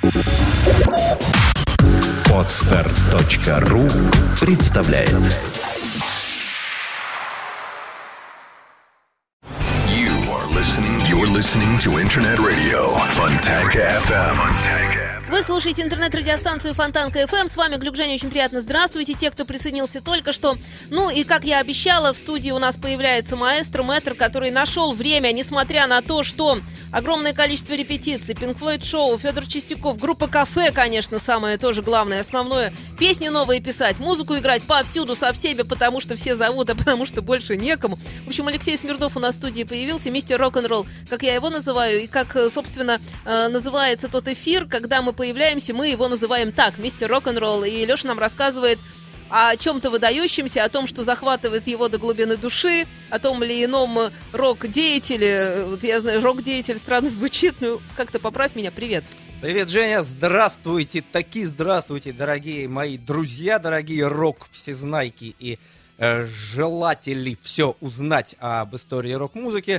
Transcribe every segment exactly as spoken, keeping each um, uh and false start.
Подстер точка ру представляет. You are listening, you're listening to Internet Radio Fontanka эф эм. Вы слушаете интернет-радиостанцию Фонтанка эф эм. С вами Глюк Женя. Очень приятно. Здравствуйте, те, кто присоединился только что. Ну и, как я обещала, в студии у нас появляется маэстро, мэтр, который нашел время, несмотря на то, что огромное количество репетиций, Pink Floyd шоу, Федор Чистяков, группа Кафе, конечно, самое тоже главное, основное. Песни новые писать, музыку играть повсюду со всеми, потому что все зовут, а потому что больше некому. В общем, Алексей Смирнов у нас в студии появился, мистер рок-н-ролл, как я его называю, и как, собственно, называется тот эфир, когда мы появляемся, мы его называем так, мистер рок-н-ролл. И Леша нам рассказывает о чем-то выдающемся, о том, что захватывает его до глубины души, о том ли ином рок-деятеле. Вот я знаю, рок-деятель странно звучит, ну как-то поправь меня, привет. Привет, Женя, здравствуйте, таки здравствуйте, дорогие мои друзья, дорогие рок-всезнайки и э, желатели все узнать об истории рок-музыки.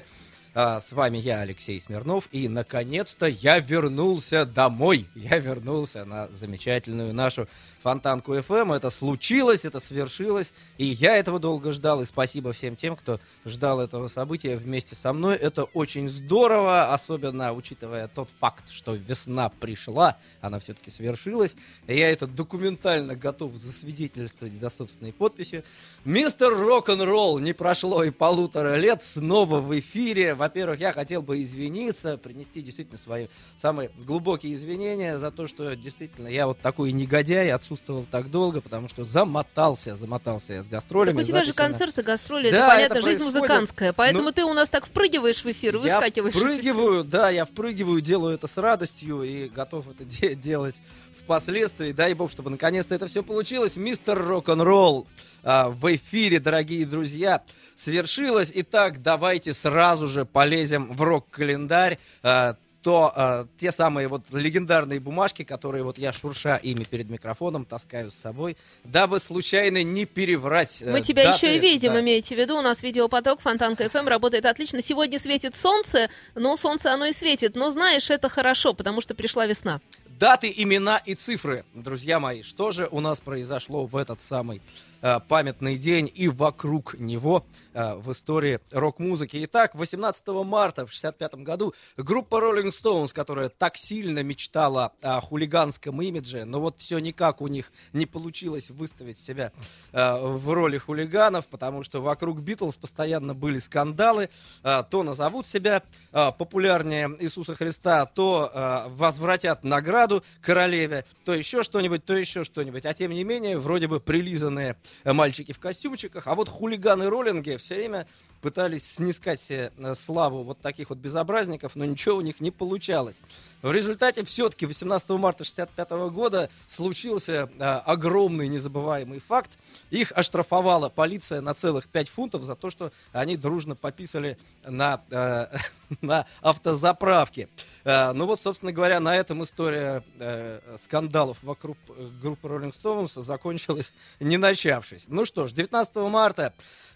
С вами я, Алексей Смирнов, и, наконец-то, я вернулся домой. Я вернулся на замечательную нашу Фонтанку эф эм. Это случилось, это свершилось, и я этого долго ждал. И спасибо всем тем, кто ждал этого события вместе со мной. Это очень здорово, особенно учитывая тот факт, что весна пришла, она все-таки свершилась. И я это документально готов засвидетельствовать за собственной подписью. Мистер Рок-н-ролл, не прошло и полутора лет, снова в эфире. Во-первых, я хотел бы извиниться, принести действительно свои самые глубокие извинения за то, что действительно я вот такой негодяй, отсутствовал так долго, потому что замотался, замотался я с гастролями. Так у тебя же записями. Концерты, гастроли, да, это понятно, это жизнь происходит. музыкантская, поэтому ну, ты у нас так впрыгиваешь в эфир, выскакиваешь. Я впрыгиваю, да, я впрыгиваю, делаю это с радостью и готов это де- делать впоследствии. Дай бог, чтобы наконец-то это все получилось. Мистер Рок-н-ролл а, в эфире, дорогие друзья, свершилось. Итак, давайте сразу же полезем в рок-календарь. А, то э, те самые вот легендарные бумажки, которые вот я, шурша ими перед микрофоном, таскаю с собой, дабы случайно не переврать э, Мы тебя даты, еще и видим, да. имейте в виду, у нас видеопоток Фонтанка эф эм работает отлично. Сегодня светит солнце, но солнце оно и светит, но знаешь, это хорошо, потому что пришла весна. Даты, имена и цифры, друзья мои. Что же у нас произошло в этот самый э, памятный день и вокруг него э, в истории рок-музыки? Итак, восемнадцатого марта в шестьдесят пятом году группа Rolling Stones, которая так сильно мечтала о хулиганском имидже, но вот все никак у них не получилось выставить себя э, в роли хулиганов, потому что вокруг Битлз постоянно были скандалы. Э, то назовут себя э, популярнее Иисуса Христа, то э, возвратят награду королеве, то еще что-нибудь, то еще что-нибудь. А тем не менее, вроде бы прилизанные мальчики в костюмчиках, а вот хулиганы-роллинги все время пытались снискать себе славу вот таких вот безобразников, но ничего у них не получалось. В результате все-таки восемнадцатого марта шестьдесят пятого года случился э, огромный незабываемый факт. Их оштрафовала полиция на целых пять фунтов за то, что они дружно пописали на, э, на автозаправке. Э, ну вот, собственно говоря, на этом история э, скандалов вокруг группы Rolling Stones закончилась, не начавшись. Ну что ж, девятнадцатого марта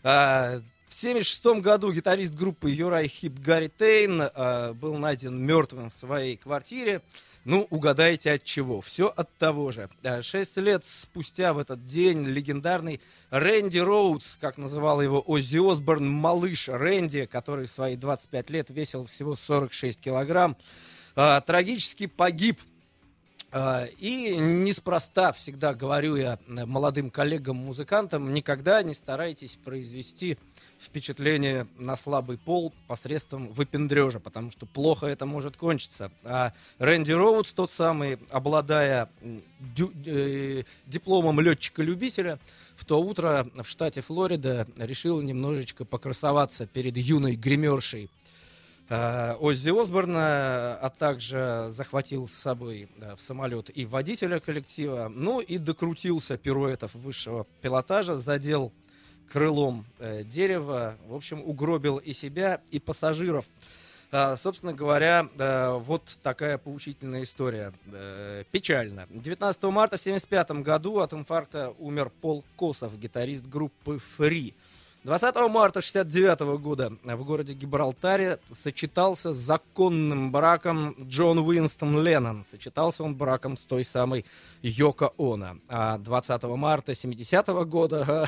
э, в семьдесят шестом году гитарист группы Юрай Хип Гарри Тейн э, был найден мертвым в своей квартире. Ну, угадайте от чего. Все от того же. Шесть лет спустя в этот день легендарный Рэнди Роудс, как называл его Оззи Осборн, малыш Рэнди, который в свои двадцать пять лет весил всего сорок шесть килограмм, э, трагически погиб. И неспроста всегда говорю я молодым коллегам-музыкантам: никогда не старайтесь произвести впечатление на слабый пол посредством выпендрежа, потому что плохо это может кончиться. А Рэнди Роудс, тот самый, обладая дю- э- дипломом летчика-любителя, в то утро в штате Флорида решил немножечко покрасоваться перед юной гримершей Оззи Осборна, а также захватил с собой в самолет и водителя коллектива, ну и докрутился пируэтов высшего пилотажа, задел крылом э, дерево, в общем, угробил и себя, и пассажиров. А, собственно говоря, э, вот такая поучительная история. Э, печально. девятнадцатого марта в семьдесят пятом году от инфаркта умер Пол Косов, гитарист группы Free. двадцатого марта шестьдесят девятого года в городе Гибралтаре сочетался с законным браком Джон Уинстон Леннон. Сочетался он браком с той самой Йоко Оно. А двадцатого марта семидесятого года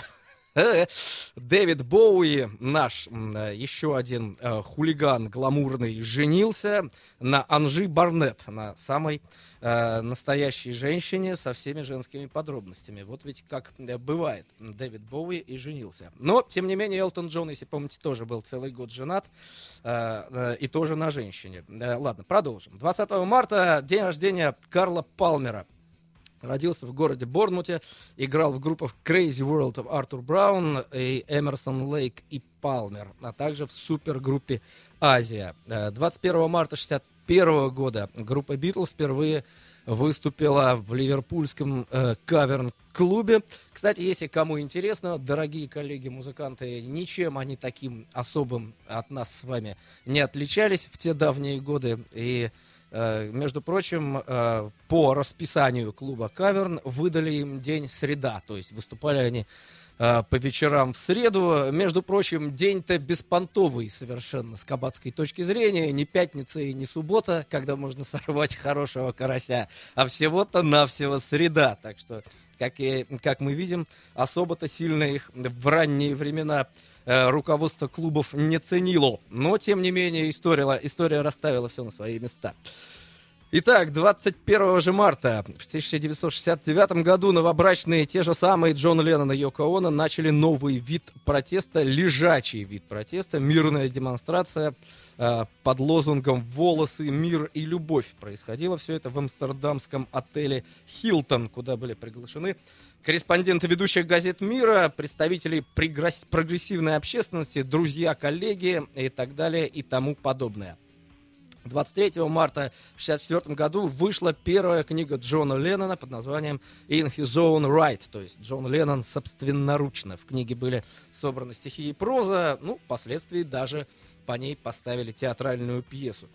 Дэвид Боуи, наш еще один хулиган гламурный, женился на Анжи Барнетт, на самой э, настоящей женщине со всеми женскими подробностями. Вот ведь как бывает, Дэвид Боуи и женился. Но, тем не менее, Элтон Джон, если помните, тоже был целый год женат э, э, и тоже на женщине. Э, ладно, продолжим. двадцатого марта день рождения Карла Палмера. Родился в городе Борнмуте, играл в группах Crazy World of Arthur Brown и Эмерсон, Лейк и Палмер, а также в супергруппе «Азия». двадцать первого марта шестьдесят первого года группа «Битлз» впервые выступила в ливерпульском э, каверн-клубе. Кстати, если кому интересно, дорогие коллеги-музыканты, ничем они таким особым от нас с вами не отличались в те давние годы. И между прочим, по расписанию клуба «Каверн» выдали им день среда, то есть выступали они по вечерам в среду. Между прочим, день-то беспонтовый совершенно с кабацкой точки зрения, не пятница и не суббота, когда можно сорвать хорошего карася, а всего-то навсего среда. Так что, как, и, как мы видим, особо-то сильно их в ранние времена руководство клубов не ценило. Но, тем не менее, история, история расставила все на свои места. Итак, двадцать первого же марта в тысяча девятьсот шестьдесят девятом году новобрачные, те же самые Джон Леннон и Йоко Оно, начали новый вид протеста, лежачий вид протеста, мирная демонстрация э, под лозунгом «Волосы, мир и любовь». Происходило все это в амстердамском отеле «Хилтон», куда были приглашены корреспонденты ведущих газет мира, представители прогрессивной общественности, друзья, коллеги и так далее и тому подобное. двадцать третьего марта в шестьдесят четвёртом году вышла первая книга Джона Леннона под названием «In His Own Right», то есть Джон Леннон собственноручно. В книге были собраны стихи и проза, ну, впоследствии даже по ней поставили театральную пьесу.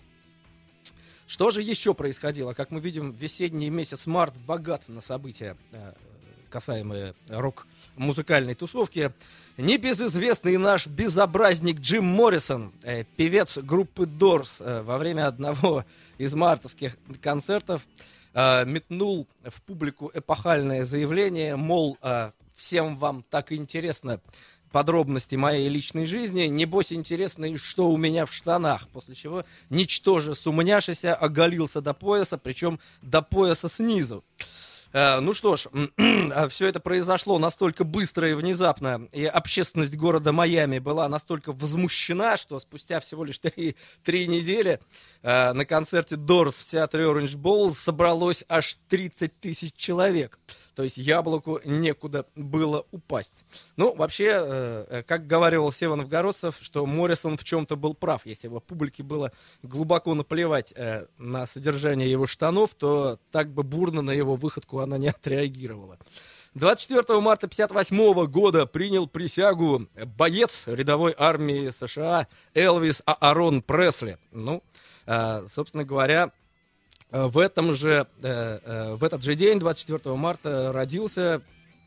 Что же еще происходило? Как мы видим, весенний месяц март богат на события, касаемые рок-музыкальной тусовки. Небезызвестный наш безобразник Джим Моррисон, э, певец группы Doors, э, во время одного из мартовских концертов э, метнул в публику эпохальное заявление, мол, э, всем вам так интересно подробности моей личной жизни, небось интересно и что у меня в штанах, после чего, ничтоже сумняшися, оголился до пояса, причем до пояса снизу. Ну что ж, все это произошло настолько быстро и внезапно, и общественность города Майами была настолько возмущена, что спустя всего лишь три, три недели на концерте Doors в театре Orange Bowl собралось аж тридцать тысяч человек. То есть яблоку некуда было упасть. Ну, вообще, как говорил Севан Новгородцев, что Моррисон в чем-то был прав. Если бы публике было глубоко наплевать на содержание его штанов, то так бы бурно на его выходку она не отреагировала. двадцать четвёртого марта тысяча девятьсот пятьдесят восьмого года принял присягу боец рядовой армии США Элвис Аарон Пресли. Ну, собственно говоря, В, этом же, э, в этот же день, двадцать четвёртого марта, родился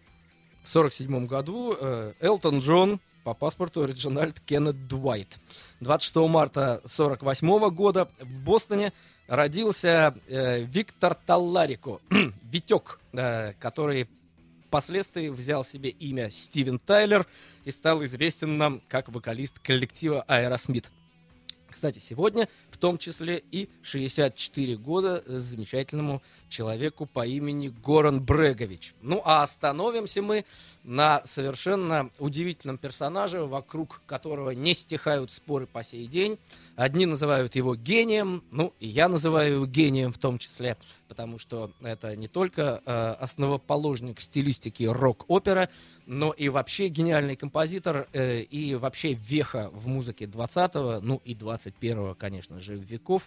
в сорок седьмом году э, Элтон Джон, по паспорту Реджинальд Кеннет Дуайт. двадцать шестого марта сорок восьмого года в Бостоне родился э, Виктор Талларико, Витек, э, который впоследствии взял себе имя Стивен Тайлер и стал известен нам как вокалист коллектива Aerosmith. Кстати, сегодня в том числе и шестьдесят четыре года замечательному человеку по имени Горан Брегович. Ну, а остановимся мы на совершенно удивительном персонаже, вокруг которого не стихают споры по сей день. Одни называют его гением, ну, и я называю его гением в том числе, потому что это не только э, основоположник стилистики рок-опера, но и вообще гениальный композитор э, и вообще веха в музыке двадцатого, ну и двадцать первого, конечно же, веков.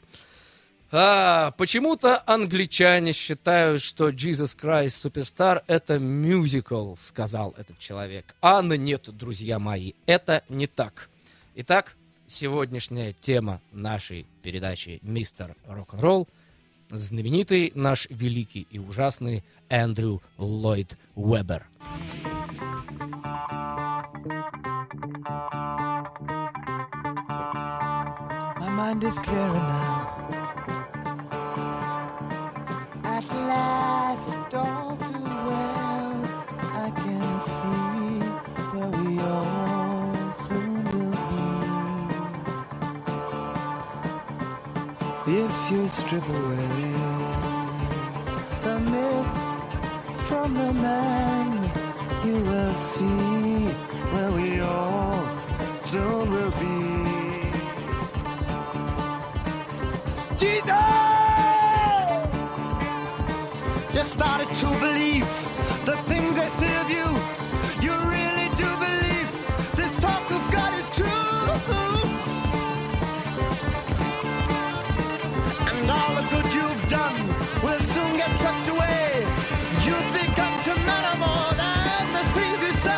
А, почему-то англичане считают, что Jesus Christ Superstar — это мюзикл, сказал этот человек. А нет, друзья мои, это не так. Итак, сегодняшняя тема нашей передачи «Мистер Рок-н-ролл» — знаменитый наш великий и ужасный Эндрю Ллойд Уэббер. is clearer now. At last, all too well, I can see where we all soon will be. If you strip away the myth from the man, you will see where we all soon will be. Jesus! You started to believe the things they say of you. You really do believe this talk of God is true. And all the good you've done will soon get swept away. You've begun to matter more than the things you say.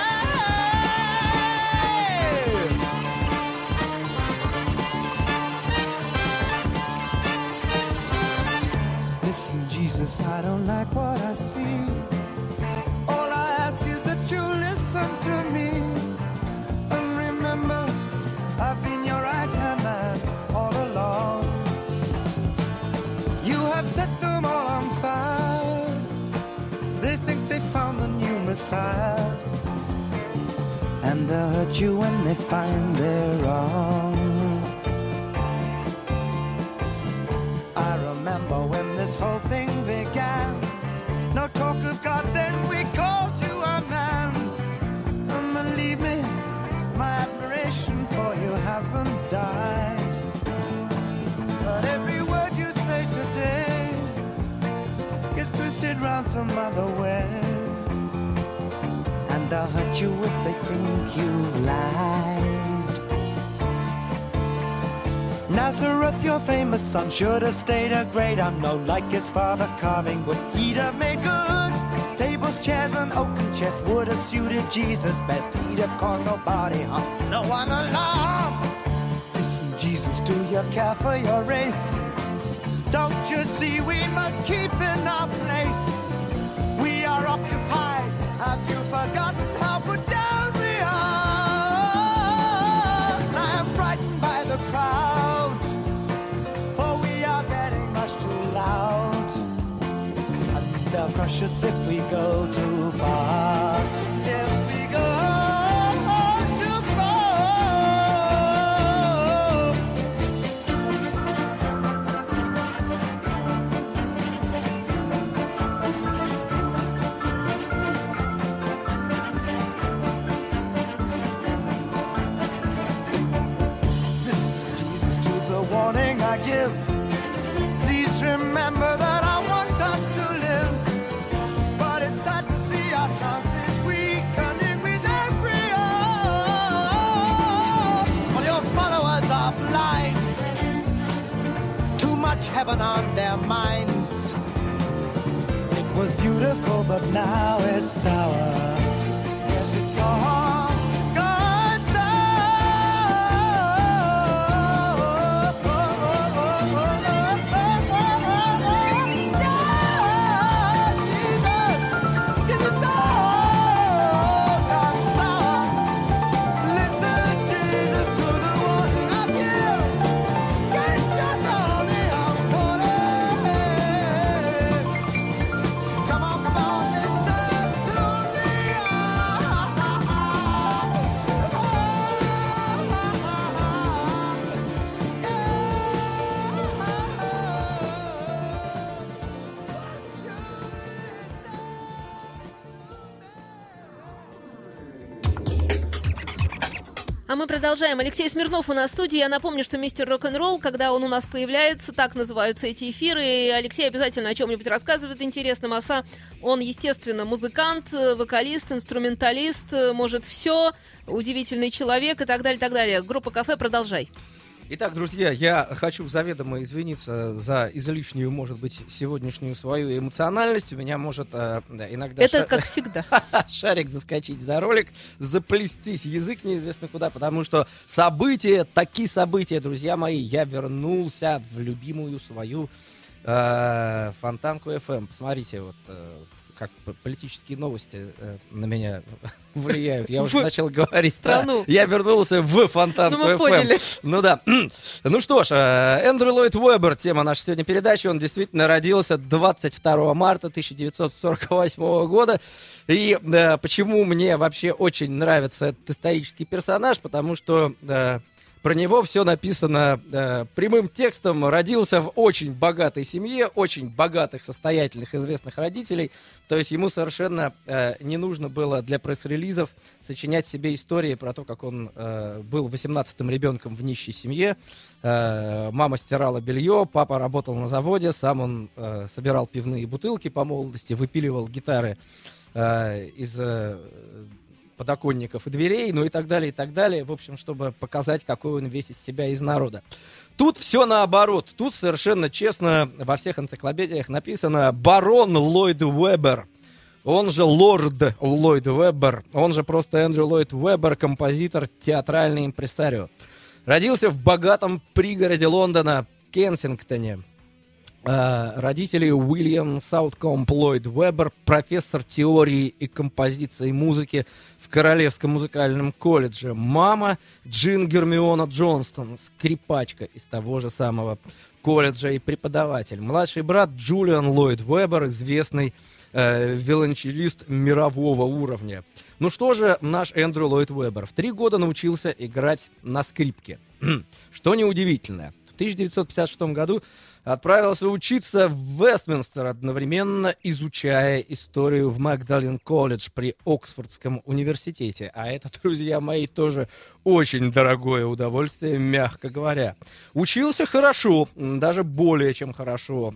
Listen, Jesus, I don't like what I see. All I ask is that you listen to me. And remember, I've been your right-hand man all along. You have set them all on fire. They think they found the new Messiah. And they'll hurt you when they find they're wrong. I remember when this whole thing began. No talk of God, then we called you a man. And believe me, my admiration for you hasn't died. But every word you say today gets twisted round some other way. And they'll hurt you if they think you've lied. Nazareth, your famous son, should have stayed a great unknown. Like his father carving wood, he'd have made good. Tables, chairs, and oaken chest would have suited Jesus best. He'd have caused nobody harm, no one alarm. Listen, Jesus, do you care for your race? Don't you see we must keep in our place? We are occupied. Have you forgotten how put down we are? I am frightened by the crowd, for we are getting much too loud. And they'll crush us if we go too far. If we go too far. Warning I give, please remember that I want us to live. But it's sad to see our chances weakening with every hour. Well, your followers are blind, too much heaven on their minds. It was beautiful, but now it's sour. Yes, it's all Мы продолжаем. Алексей Смирнов у нас в студии. Я напомню, что мистер рок-н-ролл, когда он у нас появляется, так называются эти эфиры. И Алексей обязательно о чем-нибудь рассказывает интересным. А он, естественно, музыкант, вокалист, инструменталист, может все, удивительный человек и так далее, так далее. Группа «Кафе», продолжай. Итак, друзья, я хочу заведомо извиниться за излишнюю, может быть, сегодняшнюю свою эмоциональность. У меня может э, да, иногда... Это ша... как всегда. Шарик заскочить за ролик, заплестись язык неизвестно куда, потому что события, такие события, друзья мои, я вернулся в любимую свою э, Фонтанку эф эм. Посмотрите, вот... Э, как политические новости э, на меня влияют. Я уже В начал говорить. страну. Да, я вернулся в Фонтанку Ну, мы эф эм. поняли. Ну да. Ну что ж, э, Эндрю Ллойд Уэббер, тема нашей сегодня передачи. Он действительно родился двадцать второго марта тысяча девятьсот сорок восьмого года. И э, почему мне вообще очень нравится этот исторический персонаж? Потому что э, про него все написано э, прямым текстом. Родился в очень богатой семье, очень богатых, состоятельных, известных родителей. То есть ему совершенно э, не нужно было для пресс-релизов сочинять себе истории про то, как он э, был восемнадцатым ребенком в нищей семье. Э, мама стирала белье, папа работал на заводе, сам он э, собирал пивные бутылки по молодости, выпиливал гитары э, из... Э, подоконников и дверей, ну и так далее, и так далее. В общем, чтобы показать, какой он весь из себя из народа. Тут все наоборот. Тут совершенно честно во всех энциклопедиях написано барон Ллойд Уэббер. Он же лорд Ллойд Уэббер. Он же просто Эндрю Ллойд Уэббер, композитор, театральный импресарио. Родился в богатом пригороде Лондона, Кенсингтоне. Родители Уильям Сауткомб Ллойд Уэббер, профессор теории и композиции музыки в Королевском музыкальном колледже. Мама Джин Гермиона Джонстон, скрипачка из того же самого колледжа и преподаватель. Младший брат Джулиан Ллойд Уэббер, известный э, виолончелист мирового уровня. Ну что же наш Эндрю Ллойд Уэббер? В три года научился играть на скрипке. Что неудивительно. В тысяча девятьсот пятьдесят шестом году отправился учиться в Вестминстер, одновременно изучая историю в Магдален колледж при Оксфордском университете. А это, друзья мои, тоже очень дорогое удовольствие, мягко говоря. Учился хорошо, даже более чем хорошо.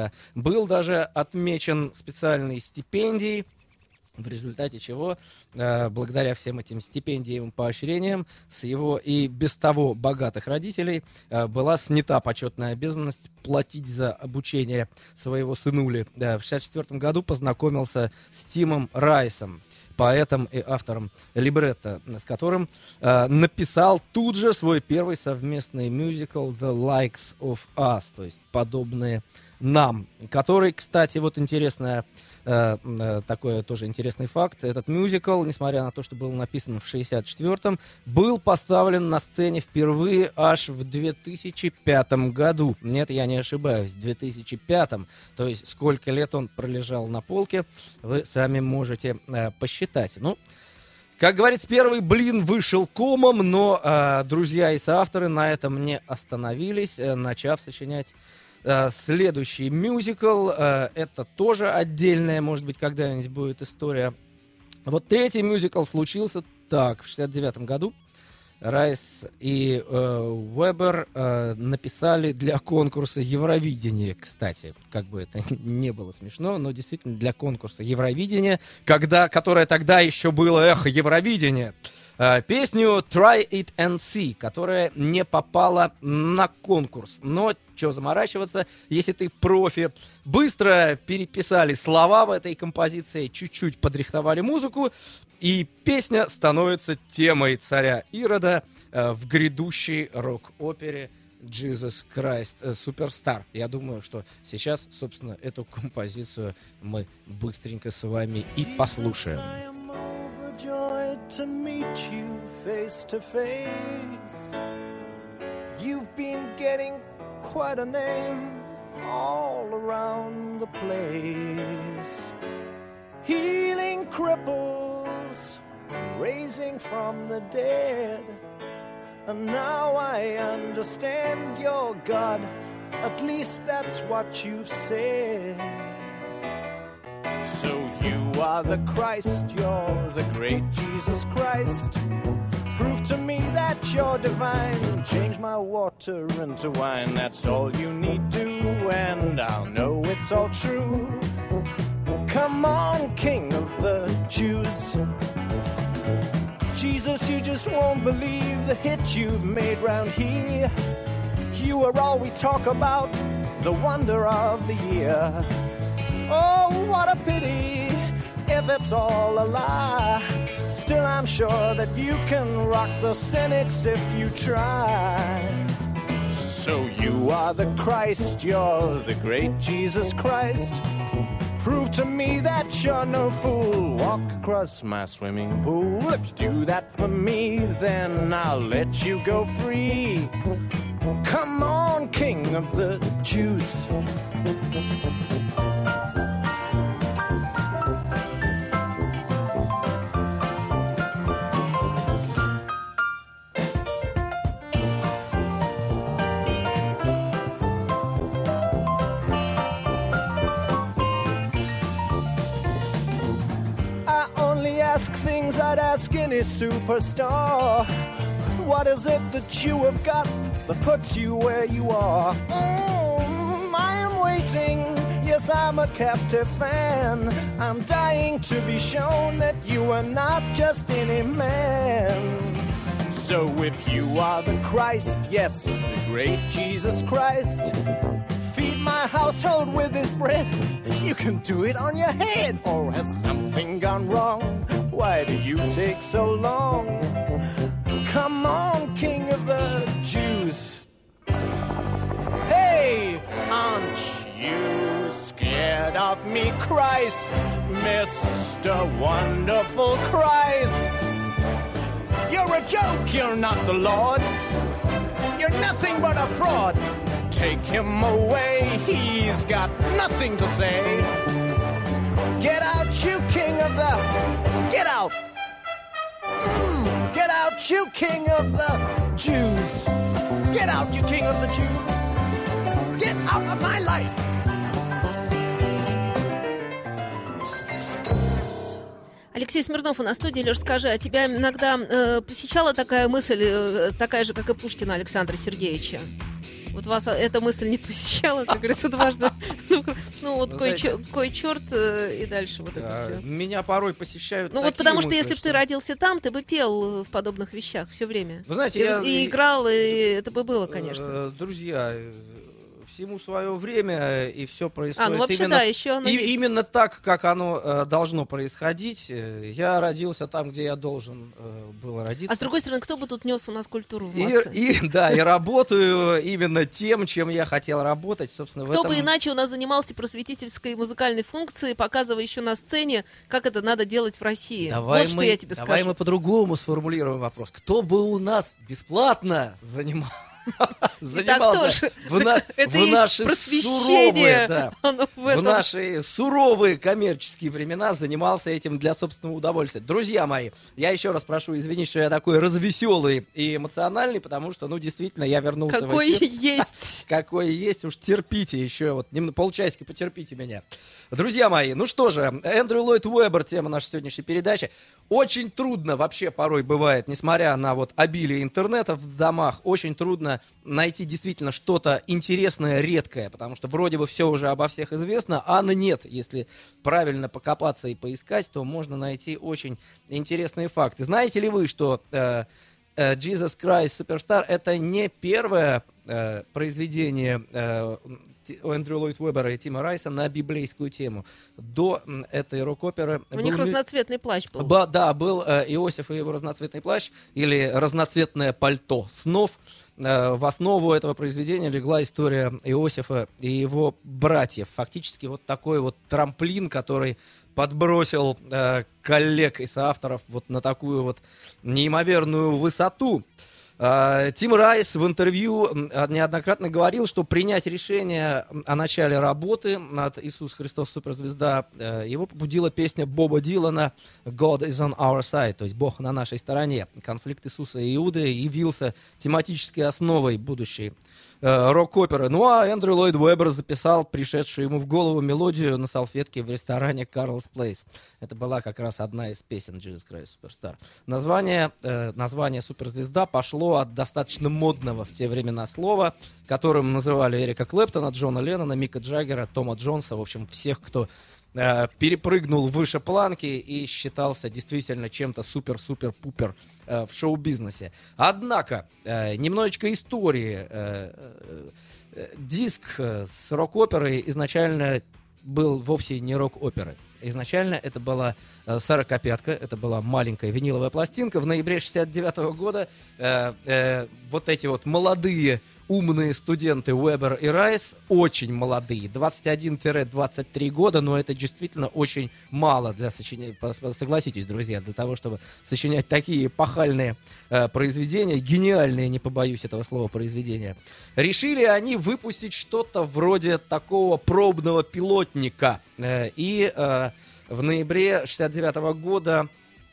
Был даже отмечен специальной стипендией, в результате чего, э, благодаря всем этим стипендиям и поощрениям, с его и без того богатых родителей э, была снята почетная обязанность платить за обучение своего сынули. Э, в шестьдесят четвёртом году познакомился с Тимом Райсом, поэтом и автором либретто, с которым э, написал тут же свой первый совместный мюзикл «The Likes of Us», то есть «Подобные нам», который, кстати, вот интересное, э, э, такой тоже интересный факт, этот мюзикл, несмотря на то, что был написан в шестьдесят четвёртом, был поставлен на сцене впервые аж в две тысячи пятом году. Нет, я не ошибаюсь, в две тысячи пятом, то есть сколько лет он пролежал на полке, вы сами можете э, посчитать. Ну, как говорится, первый блин вышел комом, но э, друзья и соавторы на этом не остановились, э, начав сочинять следующий мюзикл. Это тоже отдельная, может быть, когда-нибудь будет история. Вот третий мюзикл случился так. В шестьдесят девятом году Райс и э, Уэббер э, написали для конкурса Евровидения, кстати, как бы это не было смешно, но действительно для конкурса Евровидения, когда, которое тогда еще было эхо Евровидения, э, песню Try It and See, которая не попала на конкурс. Но что заморачиваться, если ты профи. Быстро переписали слова в этой композиции, чуть-чуть подрихтовали музыку, и песня становится темой царя Ирода э, в грядущей рок-опере Jesus Christ Superstar. Я думаю, что сейчас, собственно, эту композицию мы быстренько с вами и послушаем. Quite a name all around the place, healing cripples, raising from the dead. And now I understand you're God, at least that's what you've said. So you are the Christ, you're the great Jesus Christ. Prove to me that you're divine. Change my water into wine. That's all you need to, and I'll know it's all true. Come on, King of the Jews. Jesus, you just won't believe the hit you've made round here. You are all we talk about, the wonder of the year. Oh, what a pity if it's all a lie. Still, I'm sure that you can rock the cynics if you try. So you are the Christ, you're the great Jesus Christ. Prove prove to me that you're no fool. Walk across my swimming pool. If you do that for me, then I'll let you go free. Come on, king of the Jews. Ask things I'd ask any superstar. What is it that you have got that puts you where you are? Mm, I am waiting. Yes, I'm a captive fan. I'm dying to be shown that you are not just any man. So if you are the Christ, yes, the great Jesus Christ, feed my household with this bread. You can do it on your head. Or has something gone wrong? Why do you take so long? Come on, king of the Jews. Hey, aren't you scared of me, Christ? Mister Wonderful Christ. You're a joke, you're not the Lord. You're nothing but a fraud. Take him away, he's got nothing to say. Get out, you king of the... Get out! Mm, get out, you king of the Jews! Get out, you king of the Jews! Get out of my life! Алексей Смирнов у нас в студии. Леш, скажи, а тебя иногда э, посещала такая мысль, э, такая же, как и Пушкина Александра Сергеевича? Вот вас эта мысль не посещала, как говорится, дважды. Ну, ну вот кой, чер, кой черт и дальше вот это все. Меня порой посещают. Ну вот потому что если бы ты родился там, ты бы пел в подобных вещах все время. Вы знаете, и, я... и играл, и это бы было, конечно. Друзья, всему свое время, и все происходит а, ну, вообще, именно, да, еще оно и, есть. именно так, как оно э, должно происходить. Я родился там, где я должен э, был родиться. А с другой стороны, кто бы тут нес у нас культуру в и, массы? и, да, и работаю именно тем, чем я хотел работать. Собственно, кто в этом... бы иначе у нас занимался просветительской и музыкальной функцией, показывая еще на сцене, как это надо делать в России. Давай вот мы, что я тебе давай скажу. мы по-другому сформулируем вопрос. Кто бы у нас бесплатно занимался? Занимался в, на, это в наши суровые, да, в, в наши суровые коммерческие времена занимался этим для собственного удовольствия. Друзья мои, я еще раз прошу извинить, что я такой развеселый и эмоциональный, потому что, ну, действительно, я вернулся какой в эфир. есть. Какой есть, уж терпите еще, вот полчасика потерпите меня. Друзья мои, ну что же, Эндрю Ллойд Уэббер, тема нашей сегодняшней передачи. Очень трудно вообще порой бывает, несмотря на вот обилие интернета в домах, очень трудно найти действительно что-то интересное, редкое, потому что вроде бы все уже обо всех известно, а нет. Если правильно покопаться и поискать, то можно найти очень интересные факты. Знаете ли вы, что э, э, Jesus Christ Superstar — это не первое э, произведение э, Эндрю Ллойд Уэббера и Тима Райса на библейскую тему? До этой рок-оперы... У них разноцветный плащ был. Ба, да, был э, Иосиф и его разноцветный плащ, или разноцветное пальто снов. Э, в основу этого произведения легла история Иосифа и его братьев. Фактически вот такой вот трамплин, который подбросил э, коллег и соавторов вот на такую вот неимоверную высоту. Тим Райс в интервью неоднократно говорил, что принять решение о начале работы над «Иисус Христос Суперзвезда» его побудила песня Боба Дилана «God is on our side», то есть «Бог на нашей стороне». Конфликт Иисуса и Иуды явился тематической основой будущей рок-оперы. Ну а Эндрю Ллойд Уэббер записал пришедшую ему в голову мелодию на салфетке в ресторане Carl's Place. Это была как раз одна из песен Jesus Christ Superstar. Название, э, название «Суперзвезда» пошло от достаточно модного в те времена слова, которым называли Эрика Клэптона, Джона Леннона, Мика Джаггера, Тома Джонса, в общем, всех, кто э, перепрыгнул выше планки и считался действительно чем-то супер-супер-пупер э, в шоу-бизнесе. Однако, э, немножечко истории. Э, э, диск э, с рок-оперой изначально был вовсе не рок-оперой. Изначально это была э, сорокопятка, это была маленькая виниловая пластинка. В ноябре шестьдесят девятого года э, э, вот эти вот молодые умные студенты Уэбер и Райс, очень молодые, двадцать один - двадцать три года, но это действительно очень мало для сочинения, согласитесь, друзья, для того, чтобы сочинять такие эпохальные э, произведения, гениальные, не побоюсь этого слова, произведения. Решили они выпустить что-то вроде такого пробного пилотника, э, и э, в ноябре шестьдесят девятого года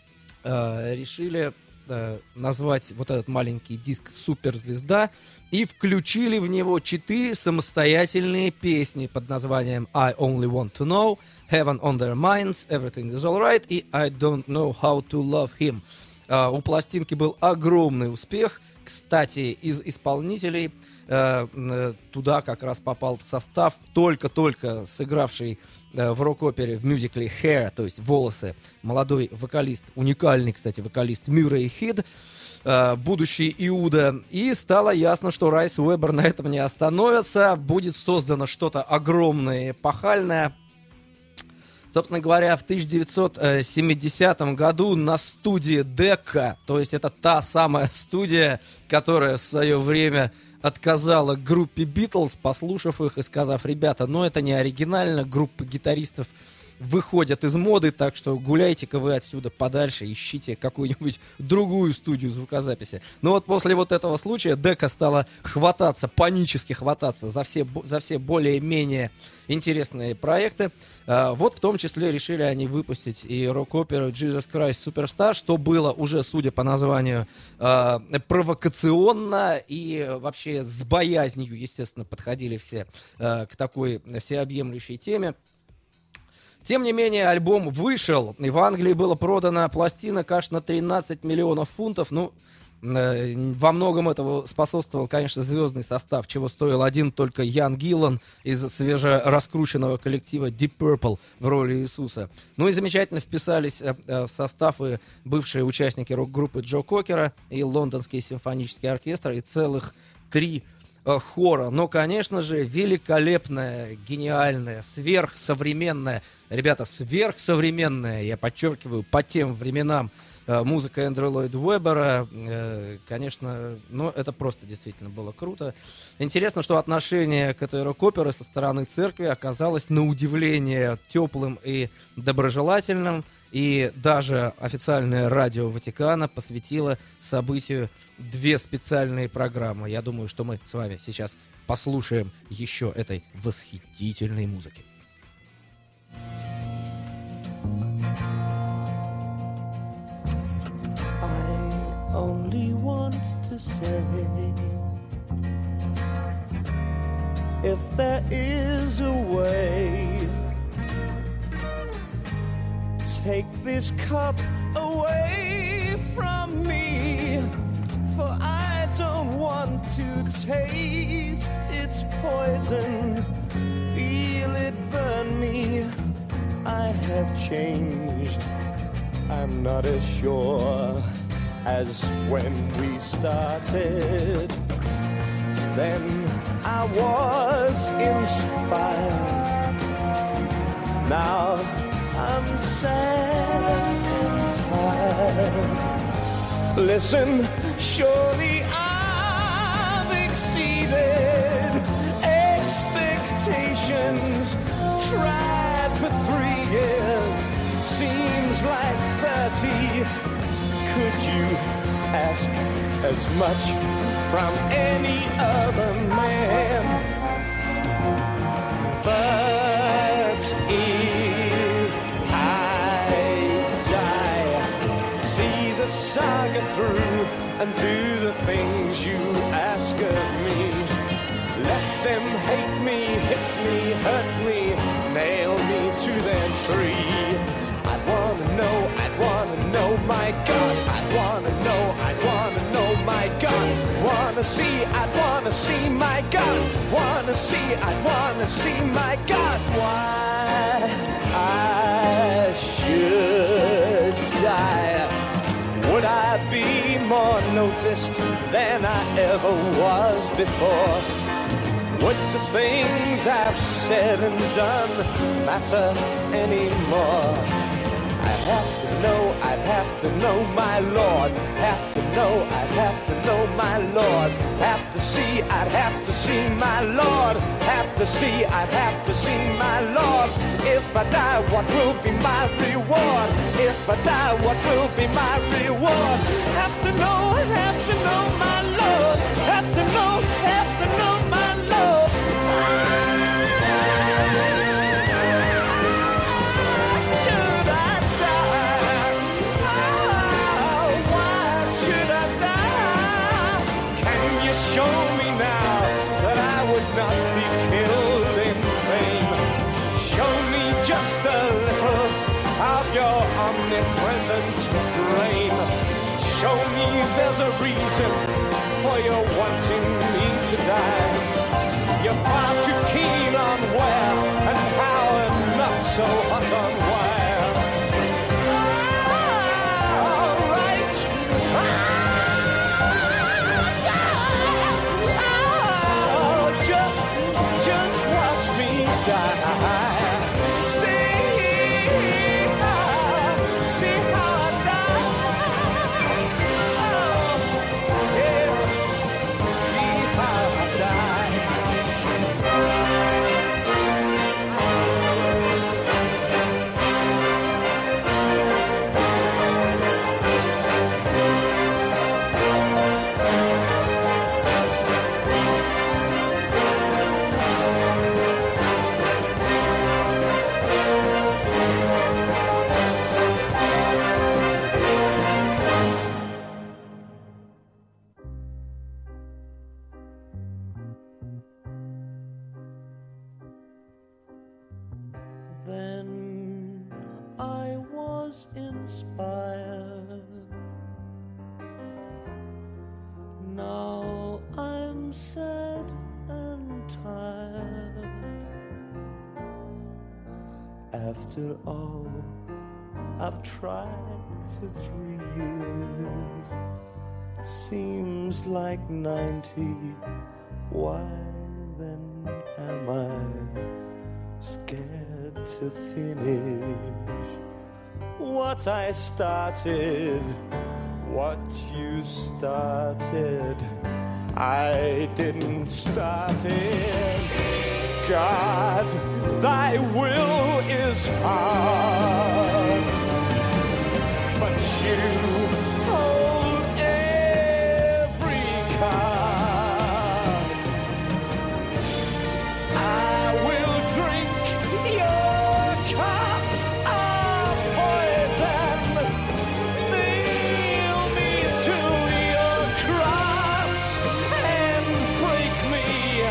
э, решили э, назвать вот этот маленький диск «Суперзвезда», и включили в него четыре самостоятельные песни под названием «I Only Want to Know», «Heaven on Their Minds», «Everything is Alright» и «I Don't Know How to Love Him». Uh, у пластинки был огромный успех. Кстати, из исполнителей uh, uh, туда как раз попал в состав только-только сыгравший uh, в рок-опере в мюзикле «Hair», то есть «Волосы», молодой вокалист, уникальный, кстати, вокалист Мюррей Хид, будущий Иуда, и стало ясно, что Райс и Уэбер на этом не остановятся, будет создано что-то огромное, эпохальное. Собственно говоря, в тысяча девятьсот семидесятом году на студии Decca, то есть это та самая студия, которая в свое время отказала группе Битлз, послушав их и сказав: ребята, ну это не оригинально, группа гитаристов выходят из моды, так что гуляйте-ка вы отсюда подальше, ищите какую-нибудь другую студию звукозаписи. Но вот после вот этого случая Дека стала хвататься, панически хвататься за все, за все более-менее интересные проекты. А, вот в том числе решили они выпустить и рок-оперу «Jesus Christ Superstar», что было уже, судя по названию, а, провокационно и вообще с боязнью, естественно, подходили все а, к такой всеобъемлющей теме. Тем не менее, альбом вышел, и в Англии было продано пластинок аж на тринадцать миллионов фунтов. Ну, э, во многом этого способствовал, конечно, звездный состав, чего стоил один только Ян Гиллан из свежераскрученного коллектива Deep Purple в роли Иисуса. Ну и замечательно вписались э, э, в состав и бывшие участники рок-группы Джо Кокера, и Лондонский симфонический оркестр, и целых три хора. Но, конечно же, великолепная, гениальная, сверхсовременная, ребята, сверхсовременная, я подчеркиваю, по тем временам музыка Эндрю Ллойда Уэббера, конечно, ну, это просто действительно было круто. Интересно, что отношение к этой рок-опере со стороны церкви оказалось на удивление теплым и доброжелательным, и даже официальное радио Ватикана посвятило событию две специальные программы. Я думаю, что мы с вами сейчас послушаем еще этой восхитительной музыки. Only want to say, if there is a way, take this cup away from me, for I don't want to taste its poison, feel it burn me. I have changed, I'm not as sure as when we started. Then I was inspired. Now I'm sad and tired. Listen, surely I've exceeded expectations. Tried for three years, seems like thirty. Could you ask as much from any other man? But if I die, see the saga through and do the things you ask of me. Let them hate me, hit me, hurt me, nail me to their tree. I'd wanna know, I'd wanna know, my God. I'd wanna know, I'd wanna know, my God. Wanna see, I'd wanna see, my God. Wanna see, I'd wanna see, my God. Why I should die. Would I be more noticed than I ever was before? Would the things I've said and done matter anymore? I'd have to know, I'd have to know my Lord. Have to know, I'd have to know my Lord. Have to see, I'd have to see my Lord. Have to see, I'd have to see my Lord. If I die, what will be my reward? If I die, what will be my reward? Have to know, have to know my Lord. Have to know, have to know my Lord. Should I die? Oh, why should I die? Can you show me now that I would not be killed in vain? Show me just a little of your omnipresent brain. Show me there's a reason for your wanting me to die. You're far too keen on where and how and not so hot on where. All right. Oh, just, just watch me die. Then I was inspired. Now I'm sad and tired. After all I've tried for three years, seems like ninety. Why then am I scared to finish what I started? What you started, I didn't start it. God, thy will is hard, but you hold every card. I will drink your cup of poison. Nail me to your cross and break me.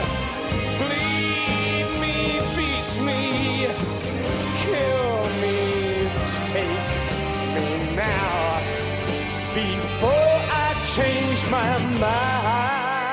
Bleed me, beat me, kill me, take me now before I change my mind.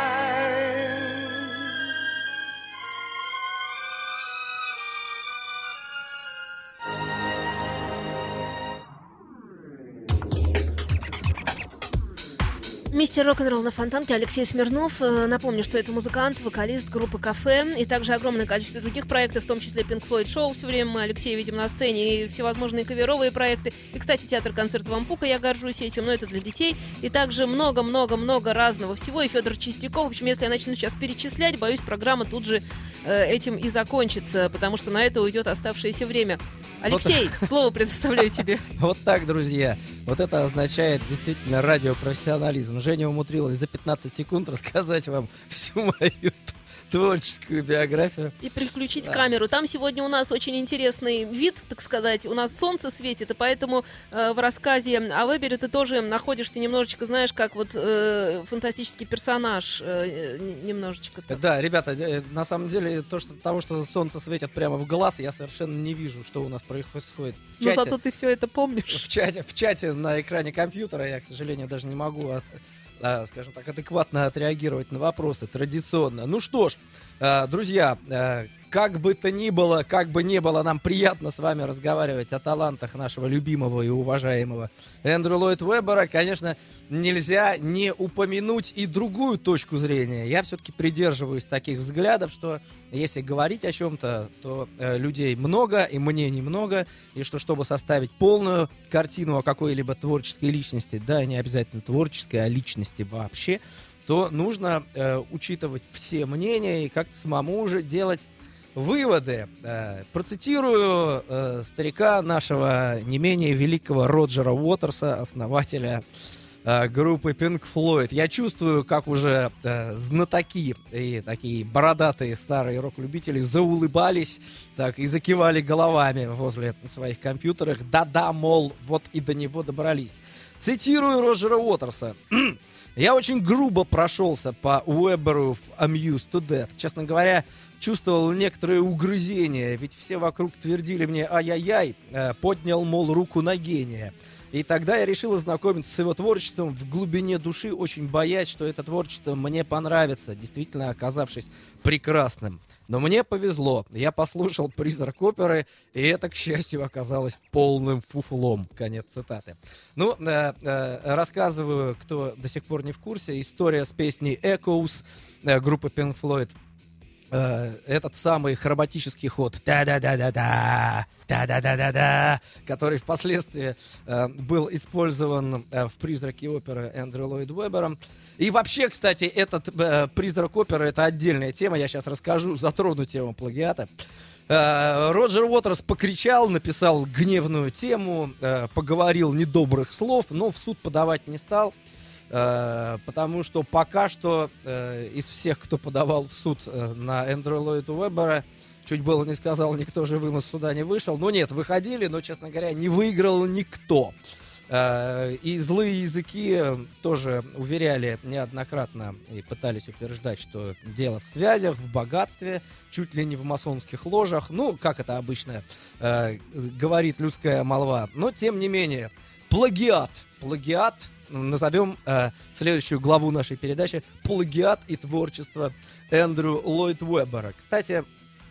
Мистер рок-н-ролл на Фонтанке Алексей Смирнов. Напомню, что это музыкант, вокалист группы «Кафе» и также огромное количество других проектов, в том числе Pink Floyd Show. Все время мы Алексея видим на сцене, и всевозможные каверовые проекты. И, кстати, театр-концерт Вампука, я горжусь этим, но это для детей. И также много-много-много разного всего. И Федор Чистяков. В общем, если я начну сейчас перечислять, боюсь, программа тут же э, этим и закончится, потому что на это уйдет оставшееся время. Алексей, вот, слово предоставляю тебе. Вот так, друзья. Вот это означает действительно радиопрофессионализм. Женя умудрилась за пятнадцать секунд рассказать вам всю мою творческую биографию. И переключить да. камеру. Там сегодня у нас очень интересный вид, так сказать. У нас солнце светит, и поэтому э, в рассказе о Вебере ты тоже находишься немножечко, знаешь, как вот э, фантастический персонаж. Э, немножечко так. Да, ребята, э, на самом деле, то, что, того, что солнце светит прямо в глаз, я совершенно не вижу, что у нас происходит в чате. Но зато ты все это помнишь. В чате, в чате на экране компьютера я, к сожалению, даже не могу от... А, скажем так, адекватно отреагировать на вопросы традиционно. Ну что ж, друзья, как бы то ни было, как бы не было, нам приятно с вами разговаривать о талантах нашего любимого и уважаемого Эндрю Ллойд Уэббера. Конечно, нельзя не упомянуть и другую точку зрения. Я все-таки придерживаюсь таких взглядов, что если говорить о чем-то, то э, людей много и мнений много, и что чтобы составить полную картину о какой-либо творческой личности, да, не обязательно творческой, а личности вообще, то нужно э, учитывать все мнения и как-то самому уже делать выводы. Э, процитирую э, старика нашего не менее великого Роджера Уотерса, основателя э, группы Pink Floyd. Я чувствую, как уже э, знатоки и такие бородатые старые рок-любители заулыбались, так и закивали головами возле своих компьютеров. Да-да, мол, вот и до него добрались. Цитирую Роджера Уотерса. «Я очень грубо прошелся по Уэбберу в Amused to Death. Честно говоря, чувствовал некоторые угрызения, ведь все вокруг твердили мне ай-яй-яй, э, поднял, мол, руку на гения. И тогда я решил ознакомиться с его творчеством в глубине души, очень боясь, что это творчество мне понравится, действительно оказавшись прекрасным. Но мне повезло, я послушал «Призрак оперы», и это, к счастью, оказалось полным фуфлом». Конец цитаты. Ну, э, э, рассказываю, кто до сих пор не в курсе, история с песней «Echoes» э, группы Pink Floyd. Э, этот самый хроматический ход «та-да-да-да-да», «та-да-да-да-да», который впоследствии э, был использован э, в «Призраке оперы» Эндрю Ллойд Уэббером. И вообще, кстати, этот э, «Призрак оперы» — это отдельная тема, я сейчас расскажу, затрону тему плагиата. Э, Роджер Уотерс покричал, написал гневную тему, э, поговорил недобрых слов, но в суд подавать не стал. Потому что пока что э, из всех, кто подавал в суд э, на Эндрю Ллойда Уэббера, чуть было не сказал, никто живым из суда не вышел. Ну нет, выходили, но, честно говоря, не выиграл никто. Э, и злые языки тоже уверяли неоднократно и пытались утверждать, что дело в связях, в богатстве, чуть ли не в масонских ложах. Ну, как это обычно э, говорит людская молва. Но, тем не менее, плагиат. Плагиат. Назовем э, следующую главу нашей передачи «Плагиат и творчество Эндрю Ллойд Уэббера». Кстати,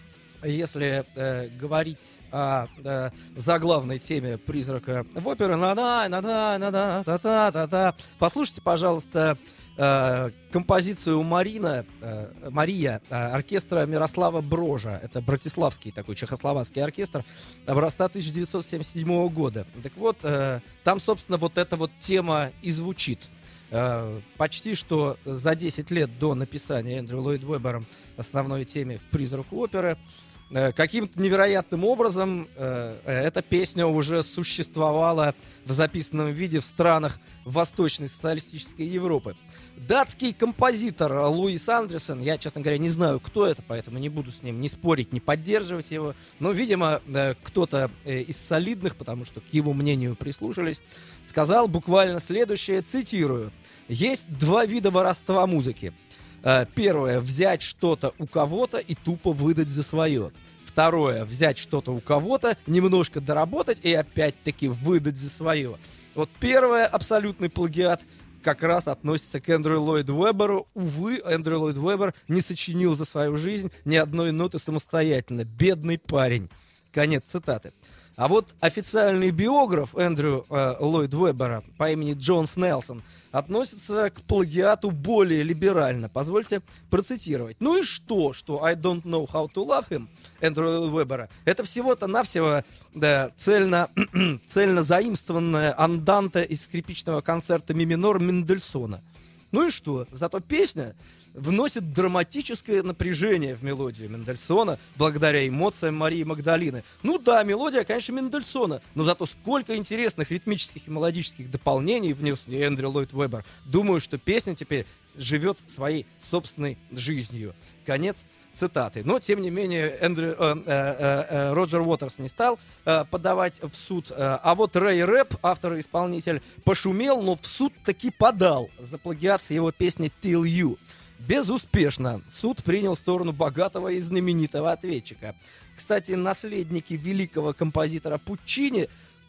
если э, говорить о э, заглавной теме «Призрака в опере», на-да, на-да, на-да, та-та-та-та, послушайте, пожалуйста, э, композицию Марина, э, Мария э, оркестра Мирослава Брожа. Это братиславский такой чехословацкий оркестр образца тысяча девятьсот семьдесят седьмого года. Так вот, э, там, собственно, вот эта вот тема и звучит. Э, почти что за десять лет до написания Эндрю Ллойд Уэббером основной теме «Призраку оперы» каким-то невероятным образом э, эта песня уже существовала в записанном виде в странах Восточной социалистической Европы. Датский композитор Луис Андерсон, я, честно говоря, не знаю, кто это, поэтому не буду с ним ни спорить, ни поддерживать его, но, видимо, э, кто-то э, из солидных, потому что к его мнению прислушались, сказал буквально следующее, цитирую: «Есть два вида воровства музыки. Первое — взять что-то у кого-то и тупо выдать за свое. Второе — взять что-то у кого-то, немножко доработать и опять-таки выдать за свое». Вот первое, абсолютный плагиат, как раз относится к Эндрю Ллойду Уэбберу. Увы, Эндрю Ллойд Уэббер не сочинил за свою жизнь ни одной ноты самостоятельно. Бедный парень. Конец цитаты. А вот официальный биограф Эндрю э, Ллойд Уэббера по имени Джон Снелсон относится к плагиату более либерально. Позвольте процитировать. Ну и что, что I don't know how to love him Эндрю Ллойд Уэббера, это всего-то навсего да, цельно, цельно заимствованная анданта из скрипичного концерта ми минор Мендельсона. Ну и что? Зато песня вносит драматическое напряжение в мелодию Мендельсона благодаря эмоциям Марии Магдалины. Ну да, мелодия, конечно, Мендельсона, но зато сколько интересных ритмических и мелодических дополнений внес Эндрю Ллойд Уэббер. Думаю, что песня теперь живет своей собственной жизнью. Конец цитаты. Но, тем не менее, Эндрю, э, э, э, Роджер Уотерс не стал э, подавать в суд. Э, а вот Рэй Рэп, автор и исполнитель, пошумел, но в суд таки подал за плагиацию его песни «Till You». Безуспешно. Суд принял сторону богатого и знаменитого ответчика. Кстати, наследники великого композитора Пуччини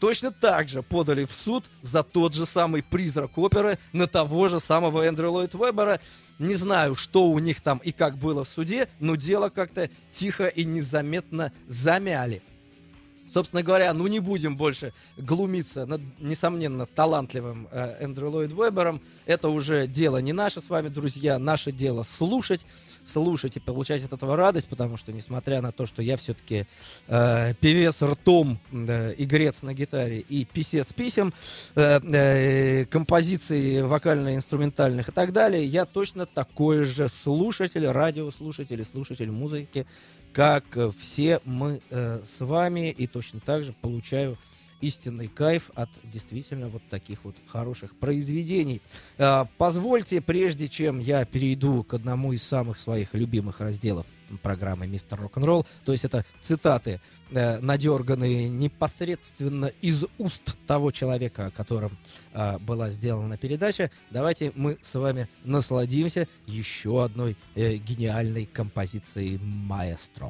точно так же подали в суд за тот же самый призрак оперы на того же самого Эндрю Ллойд Веббера. Не знаю, что у них там и как было в суде, но дело как-то тихо и незаметно замяли. Собственно говоря, ну не будем больше глумиться над, несомненно, талантливым э, Эндрю Ллойд Веббером. Это уже дело не наше с вами, друзья. Наше дело слушать, слушать и получать от этого радость, потому что, несмотря на то, что я все-таки э, певец ртом, э, игрец на гитаре и писец писем, э, э, композиций вокально-инструментальных и так далее, я точно такой же слушатель, радиослушатель и слушатель музыки, как все мы э, с вами, и точно так же получаю истинный кайф от действительно вот таких вот хороших произведений. Э, позвольте, прежде чем я перейду к одному из самых своих любимых разделов программы «Мистер Рок-н-Ролл», то есть это цитаты, э, надерганные непосредственно из уст того человека, о котором э, была сделана передача, давайте мы с вами насладимся еще одной э, гениальной композицией маэстро.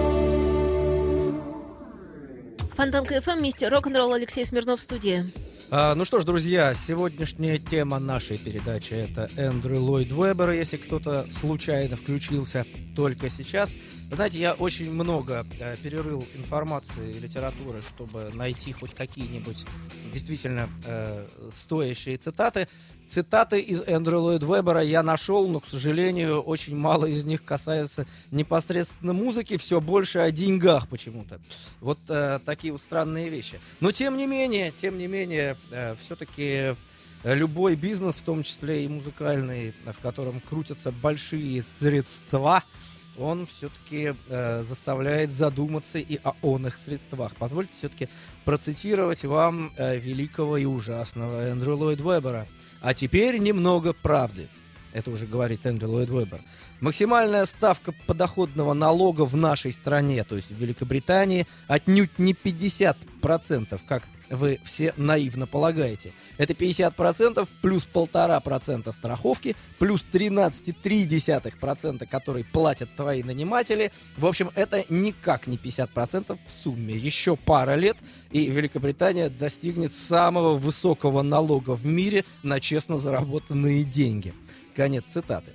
Фонтанка эф эм, мистер Рок-н-ролл, Алексей Смирнов в студии. А, ну что ж, друзья, сегодняшняя тема нашей передачи — это Эндрю Ллойд Веббер. Если кто-то случайно включился только сейчас, вы знаете, я очень много э, перерыл информации и литературы, чтобы найти хоть какие-нибудь действительно э, стоящие цитаты. Цитаты из Эндрю Ллойд Веббера я нашел, но, к сожалению, очень мало из них касаются непосредственно музыки, все больше о деньгах почему-то. Вот э, такие вот странные вещи. Но тем не менее, тем не менее, э, все-таки любой бизнес, в том числе и музыкальный, в котором крутятся большие средства, он все-таки э, заставляет задуматься и о оных средствах. Позвольте все-таки процитировать вам э, великого и ужасного Эндрю Ллойд Веббера. А теперь немного правды. Это уже говорит Эндрю Ллойд Веббер. Максимальная ставка подоходного налога в нашей стране, то есть в Великобритании, отнюдь не пятьдесят процентов, как вы все наивно полагаете. Это пятьдесят процентов плюс полтора процента страховки, плюс тринадцать целых три десятых процента, которые платят твои наниматели. В общем, это никак не пятьдесят процентов в сумме. Еще пара лет, и Великобритания достигнет самого высокого налога в мире на честно заработанные деньги. Конец цитаты.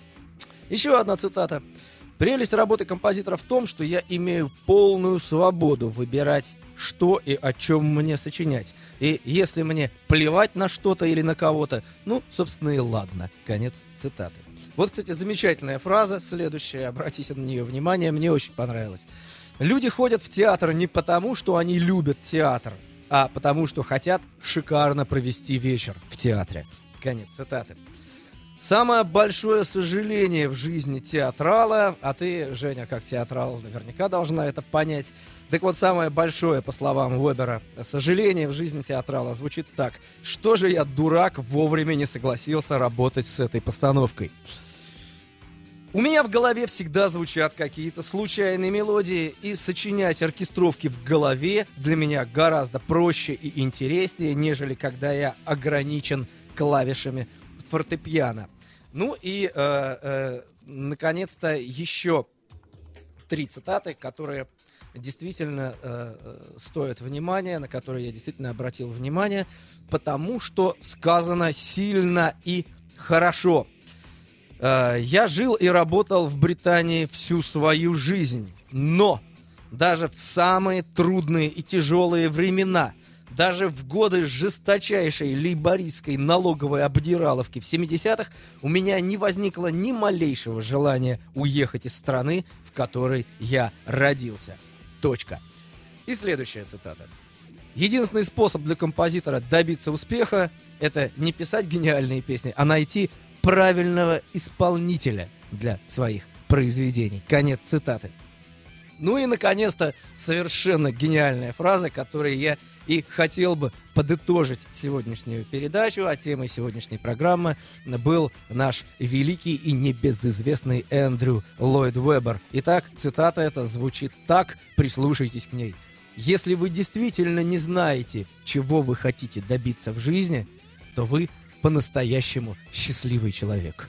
Еще одна цитата. Прелесть работы композитора в том, что я имею полную свободу выбирать, что и о чем мне сочинять. И если мне плевать на что-то или на кого-то, ну, собственно, и ладно. Конец цитаты. Вот, кстати, замечательная фраза, следующая, обратите на нее внимание, мне очень понравилось. Люди ходят в театр не потому, что они любят театр, а потому, что хотят шикарно провести вечер в театре. Конец цитаты. Самое большое сожаление в жизни театрала, а ты, Женя, как театрал, наверняка должна это понять. Так вот, самое большое, по словам Веббера, сожаление в жизни театрала звучит так: что же я, дурак, вовремя не согласился работать с этой постановкой. У меня в голове всегда звучат какие-то случайные мелодии, и сочинять оркестровки в голове для меня гораздо проще и интереснее, нежели когда я ограничен клавишами фортепиано. Ну и, э, э, наконец-то, еще три цитаты, которые действительно э, стоят внимания, на которые я действительно обратил внимание, потому что сказано сильно и хорошо. Э, я жил и работал в Британии всю свою жизнь, но даже в самые трудные и тяжелые времена, даже в годы жесточайшей лейбористской налоговой обдираловки в семидесятых у меня не возникло ни малейшего желания уехать из страны, в которой я родился. Точка. И следующая цитата. Единственный способ для композитора добиться успеха — это не писать гениальные песни, а найти правильного исполнителя для своих произведений. Конец цитаты. Ну и, наконец-то, совершенно гениальная фраза, которой я и хотел бы подытожить сегодняшнюю передачу, а темой сегодняшней программы был наш великий и небезызвестный Эндрю Ллойд Веббер. Итак, цитата эта звучит так, прислушайтесь к ней. «Если вы действительно не знаете, чего вы хотите добиться в жизни, то вы по-настоящему счастливый человек».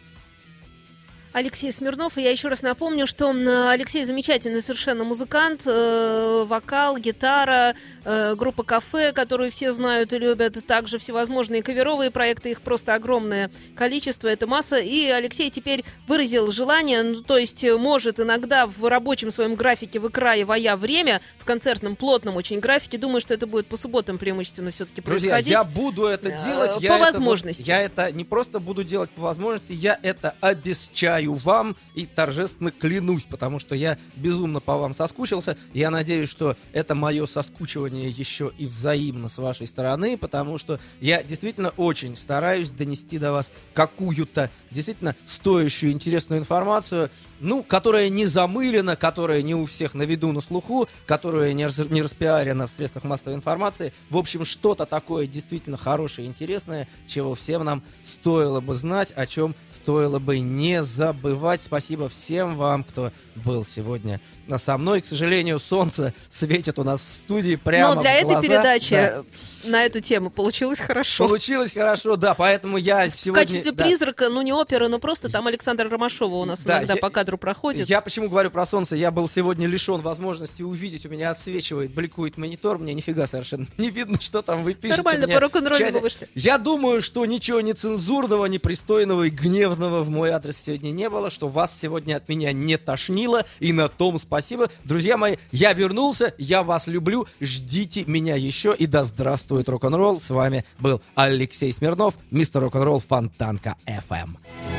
Алексей Смирнов, и я еще раз напомню, что Алексей замечательный совершенно музыкант, э, вокал, гитара, э, группа «Кафе», которую все знают и любят, также всевозможные каверовые проекты, их просто огромное количество, это масса, и Алексей теперь выразил желание, ну, то есть может иногда в рабочем своем графике, выкраивая время, в концертном плотном очень графике, думаю, что это будет по субботам преимущественно все-таки происходить. Друзья, я буду это делать. По я возможности. Это, я это не просто буду делать по возможности, я это обещаю вам и торжественно клянусь, потому что я безумно по вам соскучился. Я надеюсь, что это мое соскучивание еще и взаимно с вашей стороны, потому что я действительно очень стараюсь донести до вас какую-то действительно стоящую, интересную информацию, ну, которая не замылена, которая не у всех на виду, на слуху, которая не, раз, не распиарена в средствах массовой информации. В общем, что-то такое действительно хорошее и интересное, чего всем нам стоило бы знать, о чем стоило бы не забывать. забывать. Спасибо всем вам, кто был сегодня со мной. К сожалению, солнце светит у нас в студии прямо Но для в этой глаза. передачи Да. на эту тему получилось хорошо. Получилось хорошо, да, поэтому я В сегодня... качестве да. призрака, ну не опера, но просто там Александра Ромашова у нас Да, иногда я- по кадру проходит. Я почему говорю про солнце? Я был сегодня лишен возможности увидеть. У меня отсвечивает, бликует монитор. Мне нифига совершенно не видно, что там вы пишете. Нормально, мне по рок-н-роллу в чате. вы вышли. Я думаю, что ничего нецензурного, непристойного и гневного в мой адрес сегодня не было, что вас сегодня от меня не тошнило, и на том спасибо. Друзья мои, я вернулся, я вас люблю, ждите меня еще, и да здравствует рок-н-ролл. С вами был Алексей Смирнов, мистер Рок-н-ролл, Фонтанка эф эм.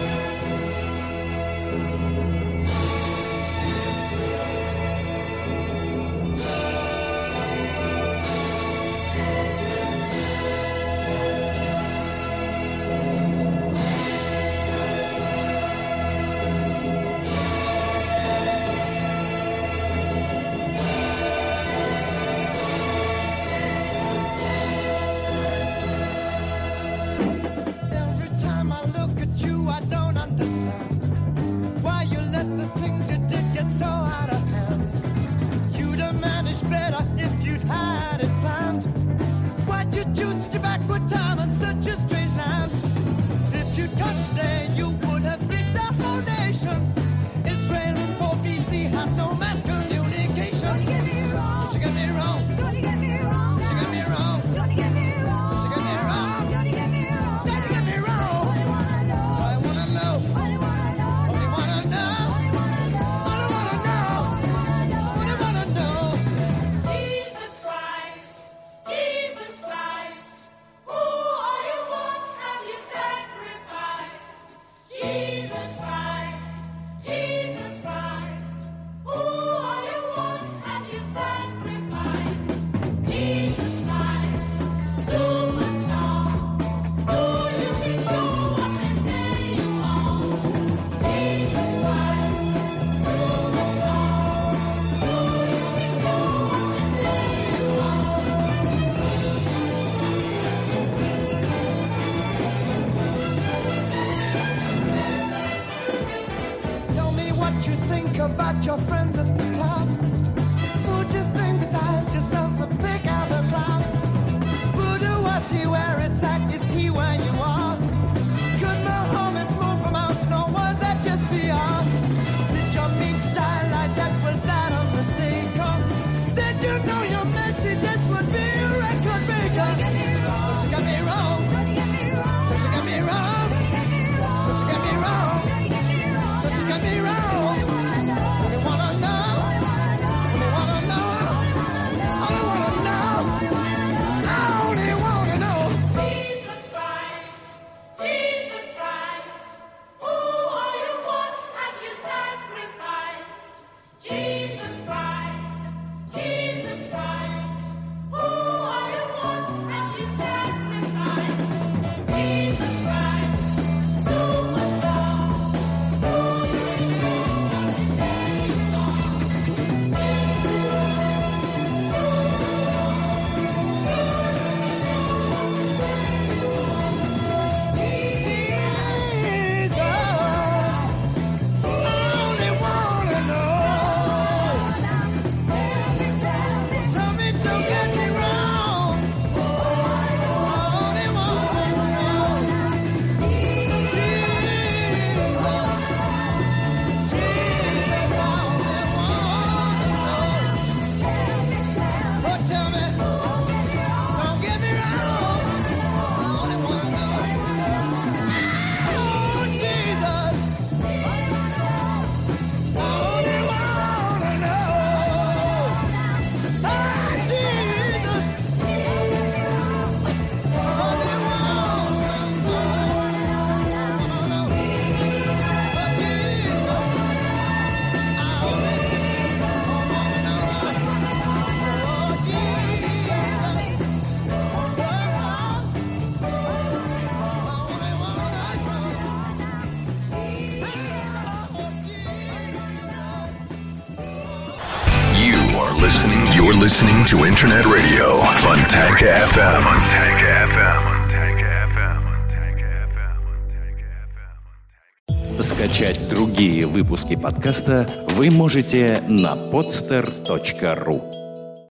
Every time I look at you, I don't understand why you let the things you did get so out of hand. You'd have managed better if you'd had it planned. Why'd you choose such a backward time and such a strange land? If you'd come today, you would have reached the whole nation. Israel in four B C had no mass communication. Don't get me wrong. Don't you get me wrong. Don't you get me wrong. Don't you get me wrong. Don't you get me wrong. Don't you get me wrong. Don't you get me wrong. Don't you get me wrong. I wanna know. I wanna know. Only wanna know. I wanna know. Only wanna know. Jesus Christ, Jesus Christ, who are you, what have you sacrificed? Jesus Christ, Jesus Christ, who are you, what have you sacrificed? Jesus Christ, superstar, do you think you're what they say you are? Jesus Christ, superstar, do you think you're what they say you are? Tell me what you think about your friends at the top. Who'd you think besides yourselves to pick out the crowd? Who do was he where it's at? Is he where you are? Could Muhammad move from mountain or was that just beyond? Did you mean to die like that? Was that a mistake? Or did you know your message would be a record breaker? Don't you get me wrong. Don't you get me wrong. Don't you get me wrong. Don't you get me wrong. Don't you get me wrong. Only wanna know. Only wanna know. Only wanna know. I only wanna know. Jesus Christ, Jesus Christ, who are you, what have you sacrificed? Jesus Christ, Jesus Christ, who are you, what have you sacrificed? Jesus Christ, superstar, who you think you're what they say you are? Jesus, I only wanna know. Tell me, don't get me wrong. I only wanna know. Jesus, Jesus, I only wanna know. Oh, tell me, don't get me wrong. I only wanna know. Oh, Jesus, I only wanna know. Ah, Jesus, I only wanna know. You are listening. You're listening to Internet Radio, Fontanka эф эм. Fontanka эф эм. Скачать другие выпуски подкаста вы можете на podster точка ру.